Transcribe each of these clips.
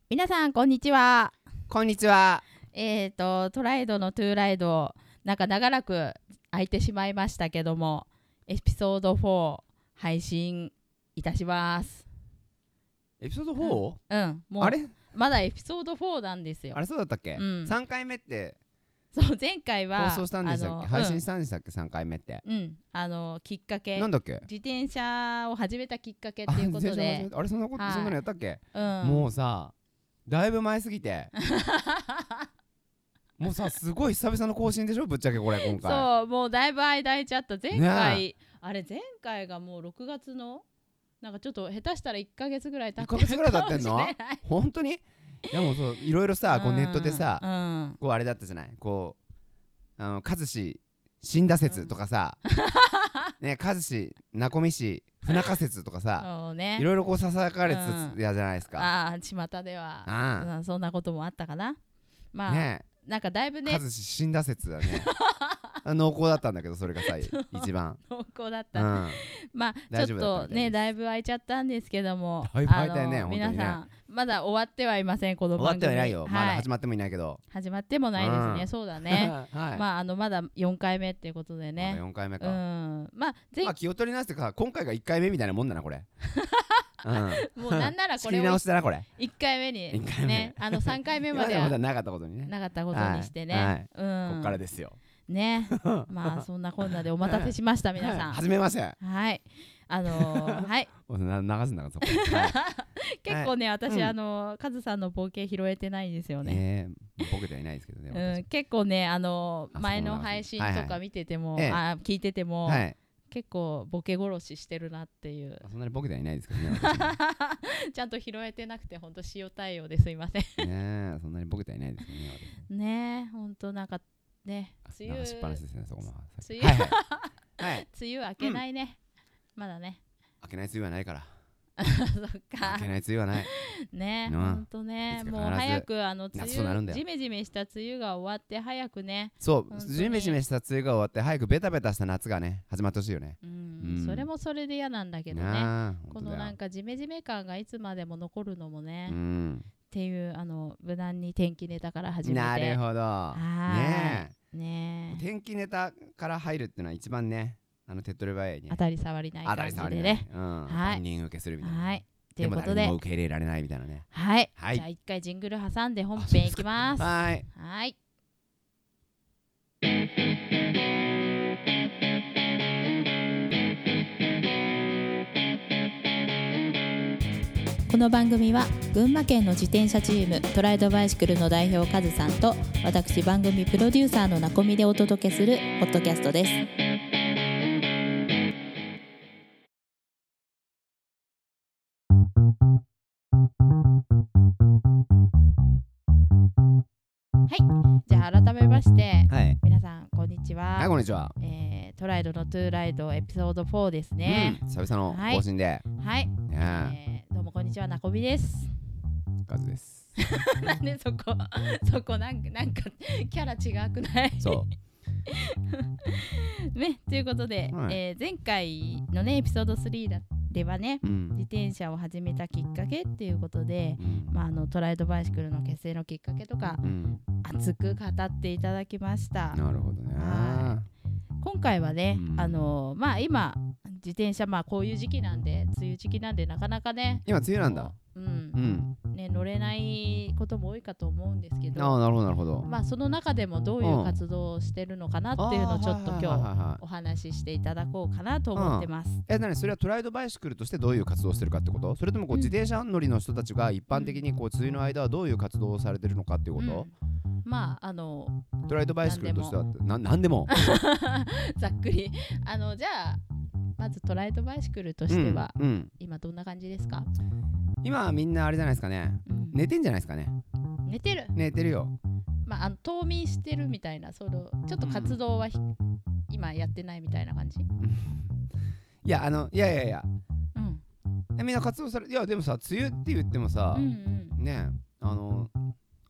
皆さんこんにちは。 こんにちは。 トライドのトゥーライド、なんか長らく空いてしまいましたけども、エピソード4配信いたします。 エピソード 4？ もうあれまだエピソード4なんですよ。 あれそうだったっけ、3回目ってそう前回は放送したんでしたっけ、配信したんでしたっけ、3回目って。 きっかけなんだっけ、 自転車を始めたきっかけっていうことで、 あれそんなこと、そんなのやったっけ、 ももうさだいぶ前すぎてもうさすごい久々の更新でしょ、ぶっちゃけこれ今回。 そうもうだいぶ間空いちゃった。前回、あれ前回がもう6月のなんかちょっと下手したら1ヶ月ぐらい経ってるかもしれない。 1ヶ月ぐらい経ってんの本当に。でもそういろいろさ、こうネットでさ、こうあれだったじゃない、こう和志死んだ説とかさ、ね、和志名込氏不仲説とかさ、いろいろこうささやかれてたやじゃないですか。 ああ巷ではそんなこともあったかな。まあね、 なんかだいぶね、 和志死んだ説だね濃厚だったんだけど、それがさ一番濃厚だった、まあちょっとねだいぶ空いちゃったんですけども、 だいぶ空いたよね、本当にね。 皆さんまだ終わってはいません、この番組。 終わってはいないよ、まだ始まってもいないけど。 始まってもないですね、そうだねまあまだ4回目っていうことでね。 まだ4回目か。 まあ気を取り直してか、今回が1回目みたいなもんだなこれもうなんならこれを1回目にね、3回目まではなかったことにね、 なかったことにしてね、 こっからですよね。まあそんなこんなでお待たせしました皆さん。 はじめまして。 はいはい流すんだからそこ結構ね私カズさんのボケ拾えてないんですよね。 ボケてはいないですけどね。 結構ね前の配信とか見てても聞いてても結構ボケ殺ししてるなっていう。 そんなにボケてはいないですけどねちゃんと拾えてなくて本当塩対応ですいませんね。そんなにボケてはいないですけどね。 ね、本当なんかね、 梅雨しっぱなしですね、そこも。 梅雨明けないね、まだね。 明けない梅雨はないからそっか、 明けない梅雨はないね、ほんとね。もう早く梅雨、ジメジメした梅雨が終わって早くね。 そうジメジメした梅雨が終わって早くベタベタした夏がね始まってほしいよね。 それもそれで嫌なんだけどね。このなんかジメジメ感がいつまでも残るのもねっていう無難に天気ネタから始めて。 なるほどね。 天気ネタから入るっていうのは一番ね手っ取り早いね。 当たり障りない感じでね。 本人受けするみたいな。 はい。ということで。 でも誰も受け入れられないみたいなね。 はい。じゃあ一回ジングル挟んで本編いきます。 はい。 はい。この番組は群馬県の自転車チームトライドバイシクルの代表カズさんと私番組プロデューサーのなこみでお届けするポッドキャストです。はい、じゃあ改めまして、皆さんこんにちは。 はい、こんにちは。 トライドのトゥーライドエピソード4ですね。 久々の更新で。 はい。どうもこんにちは、なこみです。 カズです。 なんでそこなんかキャラ違くない？ そうね、ということで、前回のねエピソード3ではね、自転車を始めたきっかけっていうことで、トライドバイシクルの結成のきっかけとか、熱く語っていただきました。 なるほどね。 今回はね、今自転車こういう時期なんで、梅雨時期なんでなかなかね、 今梅雨なんだ。 ね、乗れないことも多いかと思うんですけど、 なるほどなるほど。 その中でもどういう活動をしてるのかなっていうのをちょっと今日お話ししていただこうかなと思ってます。 それはトライドバイシクルとしてどういう活動をしてるかってこと？それとも自転車乗りの人たちが一般的に梅雨の間はどういう活動をされてるのかっていうこと？ トライドバイシクルとしては何でもざっくりじゃあまずトライドバイシクルとしては、今どんな感じですか？ 今はみんなあれじゃないですかね、寝てんじゃないですかね。 寝てるよ。冬眠してるみたいな、ちょっと活動は、今やってないみたいな感じ。 いやみんな活動され、いやでもさ梅雨って言ってもさ、ね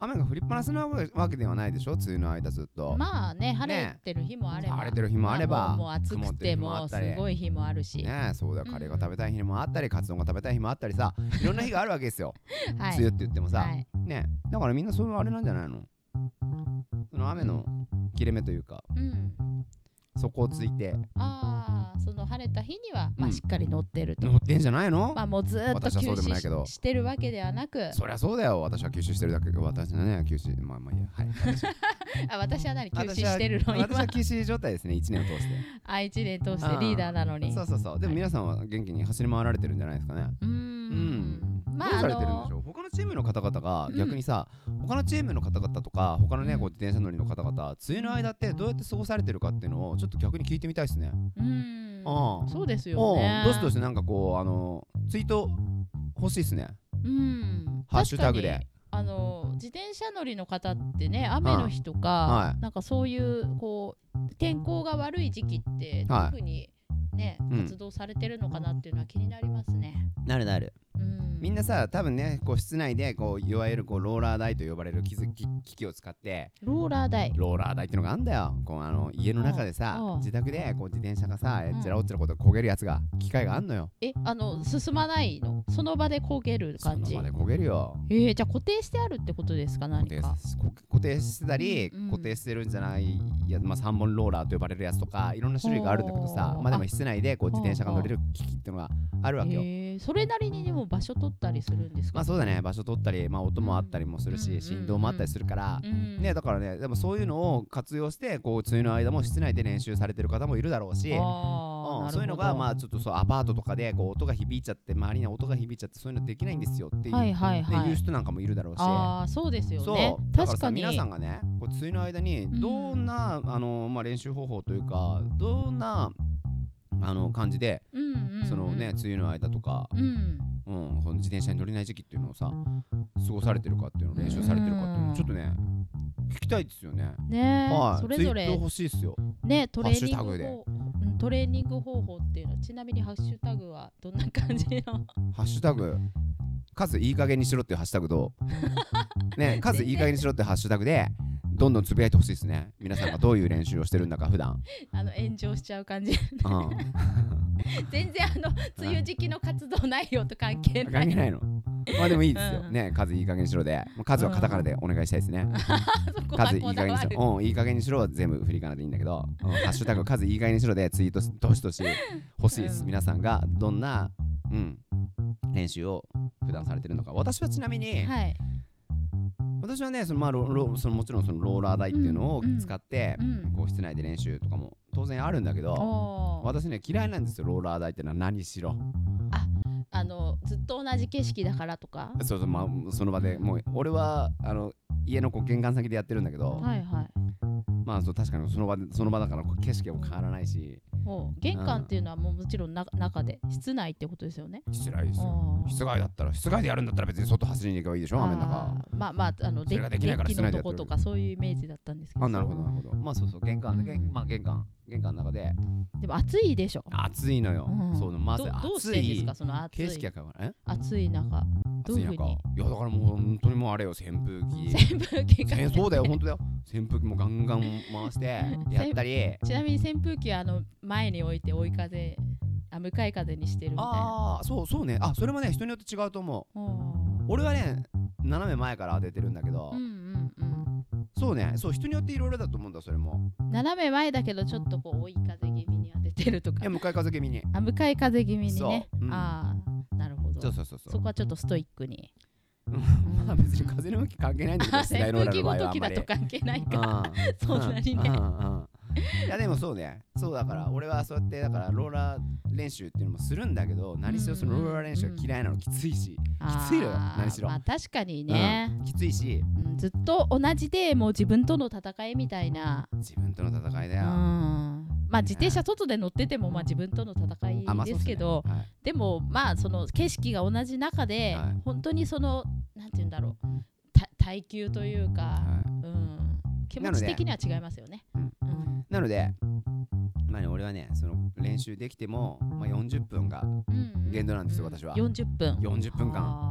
雨が降りっぱなしなわけではないでしょ、梅雨の間ずっと。 まあね、晴れてる日もあれば、 晴れてる日もあれば、 もう暑くてもすごい日もあるしね、そうだよ、カレーが食べたい日もあったり、カツ丼が食べたい日もあったりさ、いろんな日があるわけですよ。梅雨って言ってもさ、ね、だからみんなそのあれなんじゃないの、その雨の切れ目というか、そこをついて、 その晴れた日には、まあ、しっかり乗ってると。 乗ってんじゃないの？ まあもうずっと吸収してるわけではなく。 そりゃそうだよ、私は吸収してるだけ。私はね、吸収、まあいいや、はい。 私は何吸収してるの？ 私は吸収状態ですね、1年を通して。 1年通してリーダーなのに。 そう。でも皆さんは元気に走り回られてるんじゃないですかね。まあどうされてるんでしょう。他のチームの方々が逆にさ、他のチームの方々とか他のね、こう自転車乗りの方々、梅雨の間ってどうやって過ごされてるかっていうのをちょっと逆に聞いてみたいですね。 そうですよね。 どうしどうしてなんかこうツイート欲しいですね。ハッシュタグで。 自転車乗りの方ってね、雨の日とか、なんかそういうこう天候が悪い時期ってどういうふうにね、活動されてるのかなっていうのは気になりますね。 なる。みんなさ、多分ね、こう室内でこういわゆるこうローラー台と呼ばれる機器を使って、 ローラー台っていうのがあんだよ。こう家の中でさ、自宅でこう自転車がさ、ちらおっちらこと焦げるやつが機械があんのよ。 進まないの？その場で焦げる感じ？ その場で焦げるよ。 じゃあ固定してあるってことですか？何か固定してたり、固定してるんじゃないや、まあ3本ローラーと呼ばれるやつとかいろんな種類があるんだけどさ、まあでも室内でこう自転車が乗れる機器っていうのがあるわけよ。 それなりにでも場所取ったりするんですか？ まあそうだね、場所取ったり、まあ音もあったりもするし、振動もあったりするからね、だからね、でもそういうのを活用してこう梅雨の間も室内で練習されてる方もいるだろうし、そういうのがまあちょっとそうアパートとかでこう音が響いちゃって、周りに音が響いちゃってそういうのできないんですよっていう人なんかもいるだろうし、 そうですよね。 確かに皆さんがね、こう梅雨の間にどんなまあ練習方法というか、どんな感じでそのね、梅雨の間とかこの自転車に乗れない時期っていうのをさ過ごされてるかっていうのを練習されてるかっていうのをちょっとね聞きたいですよね。 それぞれツイート欲しいですよね。トレーニング方法っていうのは、ちなみにハッシュタグはどんな感じの？ ハッシュタグ数いい加減にしろっていうハッシュタグとね、数いい加減にしろっていうハッシュタグでどんどんつぶやいてほしいですね。皆さんがどういう練習をしてるんだか普段炎上しちゃう感じ全然梅雨時期の活動内容と関係ない。 関係ないの？まあでもいいですよね。数いい加減にしろで、数はカタカナでお願いしたいですね。数いい加減にしろ、いい加減にしろは全部振り仮名でいいんだけど、ハッシュタグ数いい加減にしろでツイートどしどし欲しいです。皆さんがどんな練習を普段されてるのか。私はちなみに、私はね、そのもちろんそのローラー台っていうのを使ってこう室内で練習とかも当然あるんだけど、私ね嫌いなんですよ、ローラー台ってのは。何しろずっと同じ景色だからとか。 そう、まあその場でもう俺は家のこう玄関先でやってるんだけど、まあそう確かにその場だから景色も変わらないし。 玄関っていうのはもちろん中で、室内ってことですよね。 室内ですよ。室外でやるんだったら別に外走りに行けばいいでしょ、雨の中。 まあデッキのとことかそういうイメージだったんですけど。 なるほど。まあそう玄関の中で。 でも暑いでしょ。 暑いのよ。まずどうしてんですか、その暑い景色が暑い中。どういうふうに？ いやだからもう本当にもうあれよ、扇風機そうだよ、本当だよ。扇風機もガンガン回してやったり。 ちなみに扇風機は前に置いて向かい風にしてるみたいな。 そうね。それもね人によって違うと思う。俺はね斜め前から当ててるんだけど、そうね、そう人によっていろいろだと思うんだ。それも斜め前だけどちょっとこう追い風気味に当ててるとか。 いや向かい風気味に。 向かい風気味にね。なるほど。 そうそこはちょっとストイックに。 まあ別に風の向き関係ないんだけど、 扇風機ごときだと関係ないか。そんなにね。 いやでもそうね。そうだから俺はそうやってだからローラー練習っていうのもするんだけど、何しろそのローラー練習が嫌いなの。きついし、きついのよ何しろ。 まあ確かにね、 きついし、 ずっと同じでもう自分との戦いみたいな。 自分との戦いだよ。 まあ自転車外で乗っててもまあ自分との戦いですけど、でもまあその景色が同じ中で本当にそのなんていうんだろう、耐久というか、気持ち的には違いますよね。 なのでまあ俺はね、その練習できても40分が限度なんですよ、私は。 40分間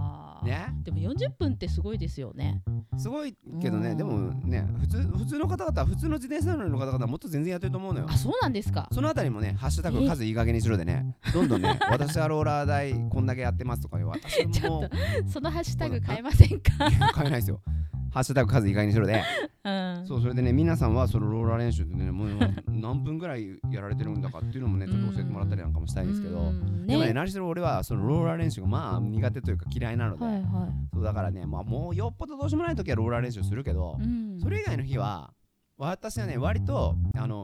ね、 でも40分ってすごいですよね。 すごいけどね、でもね、普通の方々、普通の自転車乗りの方々はもっと全然やってると思うのよ。 あ、そうなんですか。 そのあたりもね、ハッシュタグ数いい加減にしろでね、どんどんね、私はローラー台こんだけやってますとかね、私もちょっとそのハッシュタグ変えませんか。 変えないですよ。ハッシュタグ数いい加減にしろで、そう、それでね、皆さんはそのローラー練習でね、もう何分ぐらいやられてるんだかっていうのもね、ちょっと教えてもらったりなんかもしたいんですけど、でもね、何しろ俺はそのローラー練習がまあ苦手というか嫌いなので、そうだからね、もうよっぽどどうしようもない時はローラー練習するけど、それ以外の日は私はね、割と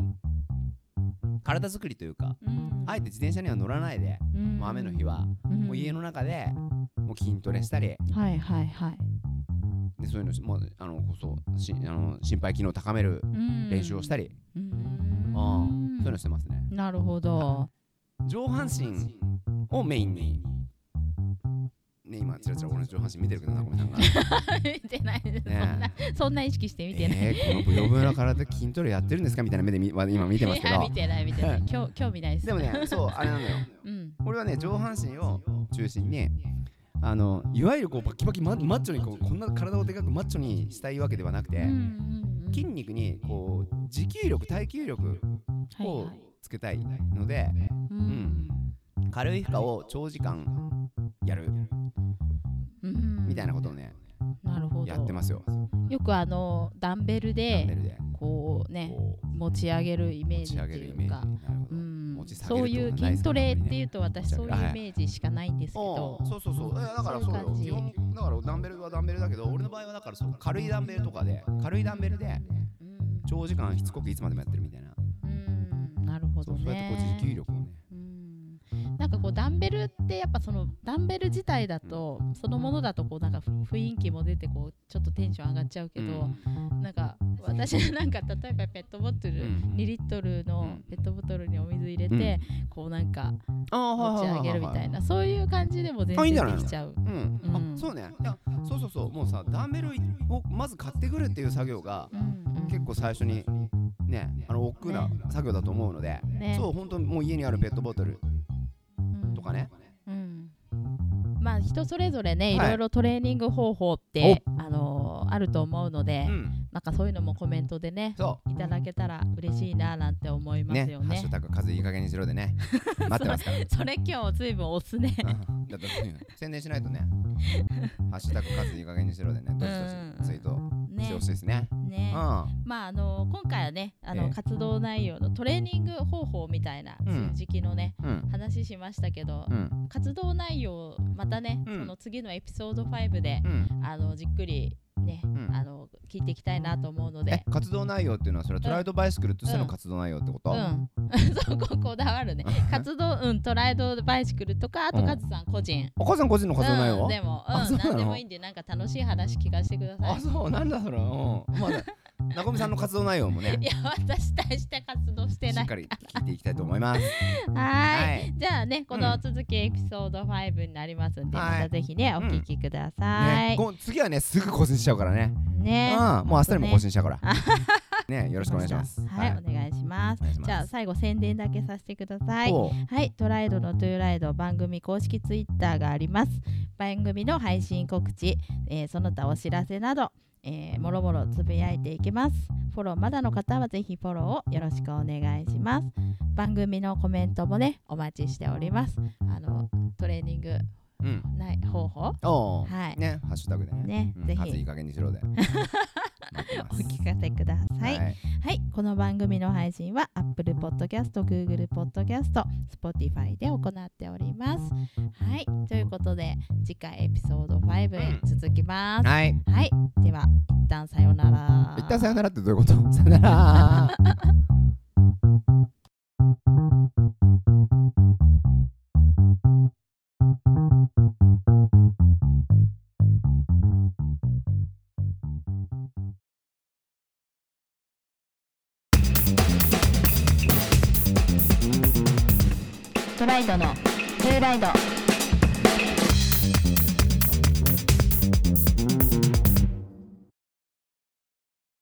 体作りというか、あえて自転車には乗らないで、もう雨の日はもう家の中でもう筋トレしたり、でそういうのも心肺機能を高める練習をしたり、そういうのしてますね。 なるほど。 上半身をメインにね、今ちらちら俺の上半身見てるけどな、ごめんなさい。 見てないです、ね、そんな意識して見てない。 このブヨブヨな体で筋トレやってるんですかみたいな目で今見てますけど。 見てない興味ないです。 でもね、そうあれなんだよ、俺はね、上半身を中心にいわゆるこうバキバキマッチョにこんな体をでかくマッチョにしたいわけではなくて、筋肉にこう持久力、耐久力をつけたいので、軽い負荷を長時間やるみたいなことをね、やってますよ。 よくダンベルでこうね持ち上げるイメージっていうか、そういう筋トレっていうと私そういうイメージしかないんですけど、 そうだからそうよ、基本だからダンベルはダンベルだけど、俺の場合はだからそう軽いダンベルとかで長時間しつこくいつまでもやってるみたいな。 なるほどね。 そうやってこう持久力をね。 なんかこうダンベルってやっぱそのダンベル自体だとそのものだとこうなんか雰囲気も出てこうちょっとテンション上がっちゃうけど、なんか私なんか例えばペットボトル2リットルのペットボトルにお水入れてこうなんか持ち上げるみたいな、そういう感じでも全然できちゃう。 そうね。そうもうさ、ダンベルをまず買ってくるっていう作業が結構最初にね、億劫な作業だと思うので、そう本当もう家にあるペットボトルとかね、 まあ人それぞれね、いろいろトレーニング方法ってあると思うので、なんかそういうのもコメントでねいただけたら嬉しいななんて思いますよね。 ハッシュタグ数いい加減にしろでね待ってますから。 それ今日ずいぶん押すね。 だって宣伝しないとね。ハッシュタグ数いい加減にしろでね、どしどしツイートしてほしいですね。 まあ今回はね活動内容のトレーニング方法みたいな時期のね話しましたけど、活動内容またねその次のエピソード5でじっくりね、聞いていきたいなと思うので。 活動内容っていうのはそれはトライドバイシクルとしての活動内容ってこと？ そここだわるね。活動トライドバイシクルとか、あとカズさん個人。 カズさん個人の活動内容？ でも何でもいいんで、なんか楽しい話聞かせてください。 あ、そうなんだそれ。なこみさんの活動内容もね。 いや、私大して活動してない。 しっかり聞いていきたいと思います。 はい。じゃあね、この続きエピソード5になりますんで、またぜひねお聞きください。 次はねすぐ更新しちゃうからね。もう明日にも更新しちゃうから。ね、よろしくお願いします。 はい、お願いします。じゃあ最後宣伝だけさせてください。はい、トライドのトゥーライド番組公式ツイッターがあります。番組の配信告知、その他お知らせなど、もろもろつぶやいていきます。フォローまだの方はぜひフォローをよろしくお願いします。番組のコメントもねお待ちしております。トレーニングない方法、はいね、ハッシュタグでね、 ぜひ数いい加減にしろでお聞かせください。はい、この番組の配信は Apple Podcast、Google Podcast、Spotify で行っております。はい、ということで次回エピソード5へ続きます。はい、では一旦さよなら。 一旦さよならってどういうこと？さよなら。 トライドのトゥーライド。